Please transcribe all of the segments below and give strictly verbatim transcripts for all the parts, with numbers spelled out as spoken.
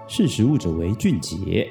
识时务者为俊杰。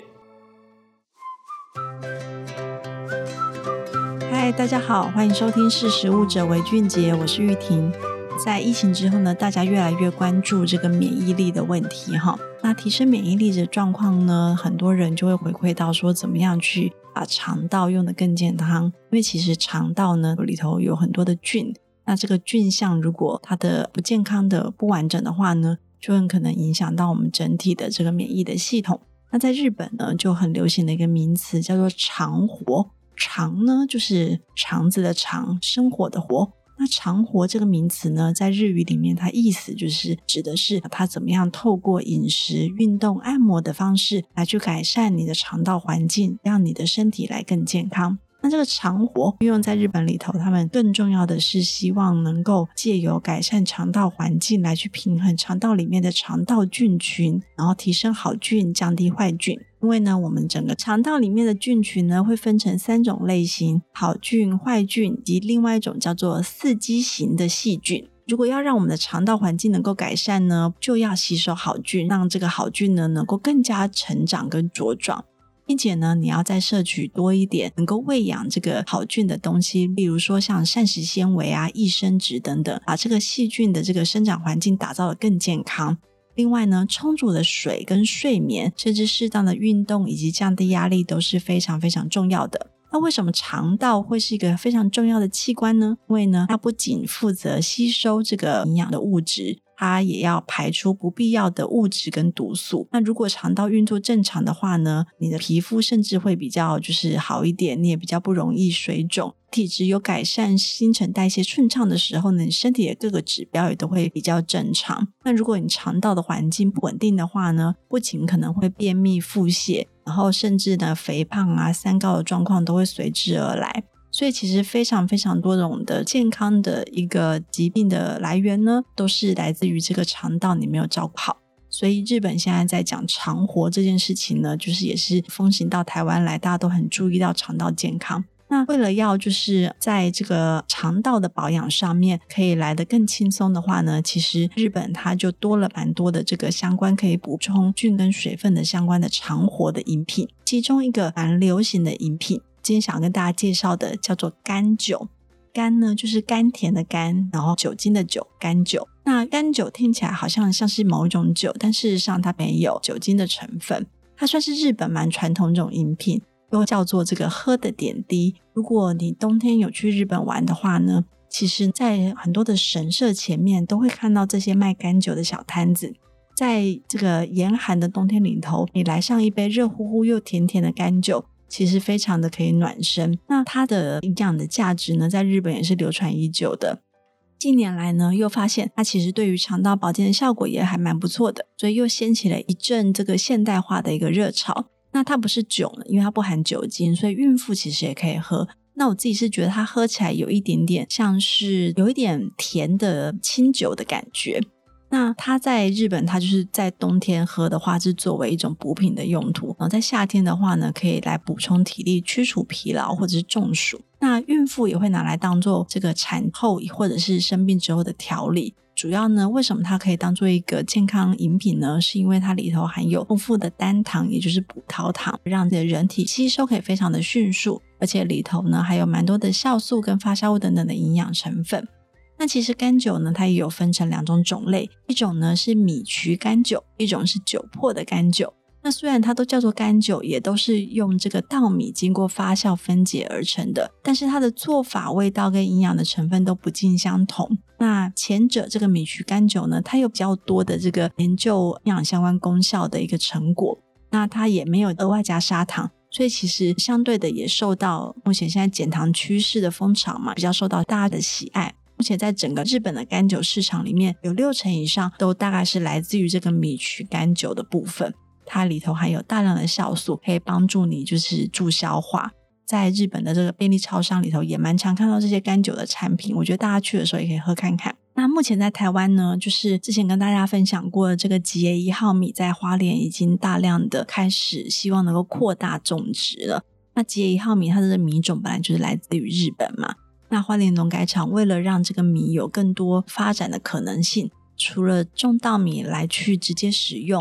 嗨，大家好，欢迎收听识时务者为俊杰，我是玉婷。在疫情之后呢，大家越来越关注这个免疫力的问题哈。那提升免疫力的状况呢，很多人就会回馈到说怎么样去把肠道用得更健康，因为其实肠道呢里头有很多的菌，那这个菌相如果它的不健康的不完整的话呢，就很可能影响到我们整体的这个免疫的系统。那在日本呢就很流行的一个名词叫做肠活，肠呢就是肠子的肠，生活的活。那肠活这个名词呢，在日语里面它意思就是指的是它怎么样透过饮食、运动、按摩的方式来去改善你的肠道环境，让你的身体来更健康。那这个肠活运用在日本里头，他们更重要的是希望能够借由改善肠道环境来去平衡肠道里面的肠道菌群，然后提升好菌，降低坏菌。因为呢，我们整个肠道里面的菌群呢会分成三种类型，好菌、坏菌及另外一种叫做刺激型的细菌。如果要让我们的肠道环境能够改善呢，就要吸收好菌，让这个好菌呢能够更加成长跟茁壮。并且呢，你要再摄取多一点能够喂养这个好菌的东西，例如说像膳食纤维啊、益生质等等，把这个细菌的这个生长环境打造得更健康。另外呢，充足的水跟睡眠，甚至适当的运动以及降低压力都是非常非常重要的。那为什么肠道会是一个非常重要的器官呢？因为呢，它不仅负责吸收这个营养的物质，它也要排出不必要的物质跟毒素。那如果肠道运作正常的话呢，你的皮肤甚至会比较就是好一点，你也比较不容易水肿，体质有改善，新陈代谢顺畅的时候呢，你身体的各个指标也都会比较正常。那如果你肠道的环境不稳定的话呢，不仅可能会便秘、腹泻，然后甚至呢肥胖啊、三高的状况都会随之而来。所以其实非常非常多种的健康的一个疾病的来源呢，都是来自于这个肠道你没有照顾好。所以日本现在在讲肠活这件事情呢，就是也是风行到台湾来，大家都很注意到肠道健康。那为了要就是在这个肠道的保养上面可以来得更轻松的话呢，其实日本它就多了蛮多的这个相关可以补充菌跟水分的相关的肠活的饮品。其中一个蛮流行的饮品，今天想跟大家介绍的叫做甘酒。甘呢就是甘甜的甘，然后酒精的酒，甘酒。那甘酒听起来好像像是某一种酒，但事实上它没有酒精的成分，它算是日本蛮传统这种饮品，又叫做这个喝的点滴。如果你冬天有去日本玩的话呢，其实在很多的神社前面都会看到这些卖甘酒的小摊子。在这个严寒的冬天里头，你来上一杯热乎乎又甜甜的甘酒，其实非常的可以暖身。那它的营养的价值呢，在日本也是流传已久的。近年来呢，又发现它其实对于肠道保健的效果也还蛮不错的，所以又掀起了一阵这个现代化的一个热潮。那它不是酒呢，因为它不含酒精，所以孕妇其实也可以喝。那我自己是觉得它喝起来有一点点像是有一点甜的清酒的感觉。那它在日本它就是在冬天喝的话是作为一种补品的用途，然后在夏天的话呢可以来补充体力，驱除疲劳或者是中暑。那孕妇也会拿来当做这个产后或者是生病之后的调理。主要呢为什么它可以当做一个健康饮品呢，是因为它里头含有丰富的单糖，也就是葡萄糖，让你的人体吸收可以非常的迅速，而且里头呢还有蛮多的酵素跟发酵物等等的营养成分。那其实甘酒呢它也有分成两种种类，一种呢是米曲甘酒，一种是酒粕的甘酒。那虽然它都叫做甘酒，也都是用这个稻米经过发酵分解而成的，但是它的做法、味道跟营养的成分都不尽相同。那前者这个米曲甘酒呢，它有比较多的这个研究营养相关功效的一个成果，那它也没有额外加砂糖，所以其实相对的也受到目前现在减糖趋势的风潮嘛，比较受到大家的喜爱。目前在整个日本的甘酒市场里面，有六成以上都大概是来自于这个米曲甘酒的部分，它里头含有大量的酵素，可以帮助你就是助消化。在日本的这个便利超商里头也蛮常看到这些甘酒的产品，我觉得大家去的时候也可以喝看看。那目前在台湾呢，就是之前跟大家分享过的这个吉野一号米在花莲已经大量的开始希望能够扩大种植了。那吉野一号米它的米种本来就是来自于日本嘛，那花莲农改场为了让这个米有更多发展的可能性，除了种稻米来去直接使用，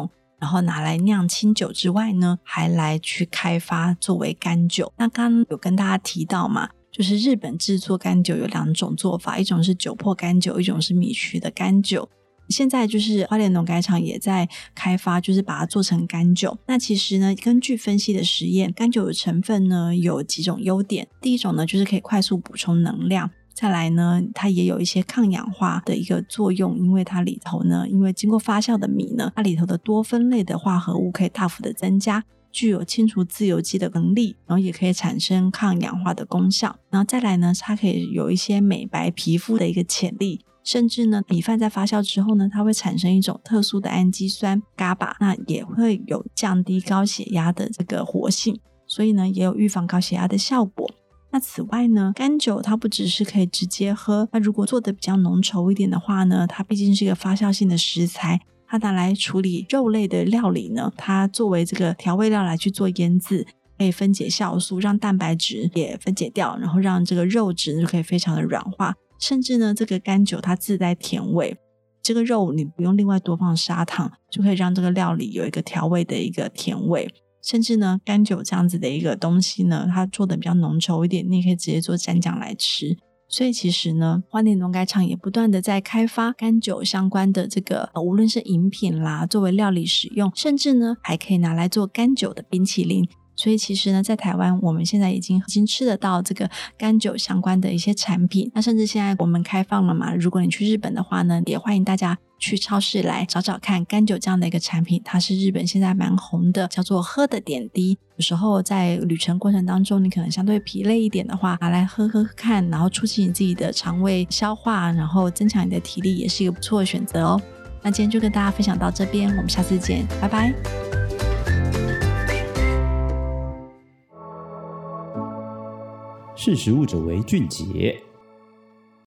然后拿来酿清酒之外呢，还来去开发作为干酒。那刚刚有跟大家提到嘛，就是日本制作干酒有两种做法，一种是酒粕干酒，一种是米曲的干酒。现在就是花莲农改场也在开发，就是把它做成干酒。那其实呢，根据分析的实验，干酒的成分呢有几种优点。第一种呢，就是可以快速补充能量，再来呢，它也有一些抗氧化的一个作用，因为它里头呢，因为经过发酵的米呢，它里头的多酚类的化合物可以大幅的增加，具有清除自由基的能力，然后也可以产生抗氧化的功效。然后再来呢，它可以有一些美白皮肤的一个潜力。甚至呢，米饭在发酵之后呢，它会产生一种特殊的氨基酸 G A B A， 那也会有降低高血压的这个活性，所以呢，也有预防高血压的效果。那此外呢，干酒它不只是可以直接喝，那如果做的比较浓稠一点的话呢，它毕竟是一个发酵性的食材，它拿来处理肉类的料理呢，它作为这个调味料来去做腌制，可以分解酵素，让蛋白质也分解掉，然后让这个肉质就可以非常的软化。甚至呢，这个干酒它自带甜味，这个肉你不用另外多放砂糖，就可以让这个料理有一个调味的一个甜味。甚至呢，干酒这样子的一个东西呢，它做的比较浓稠一点，你也可以直接做蘸酱来吃。所以其实呢，花莲农改场也不断的在开发干酒相关的这个、呃、无论是饮品啦，作为料理使用，甚至呢还可以拿来做干酒的冰淇淋。所以其实呢，在台湾我们现在已经已经吃得到这个干酒相关的一些产品。那甚至现在我们开放了嘛，如果你去日本的话呢，也欢迎大家去超市来找找看干酒这样的一个产品，它是日本现在蛮红的，叫做喝的点滴。有时候在旅程过程当中，你可能相对疲累一点的话，拿来喝喝看，然后促进你自己的肠胃消化，然后增强你的体力，也是一个不错的选择哦。那今天就跟大家分享到这边，我们下次见，拜拜。 识时务者为俊杰。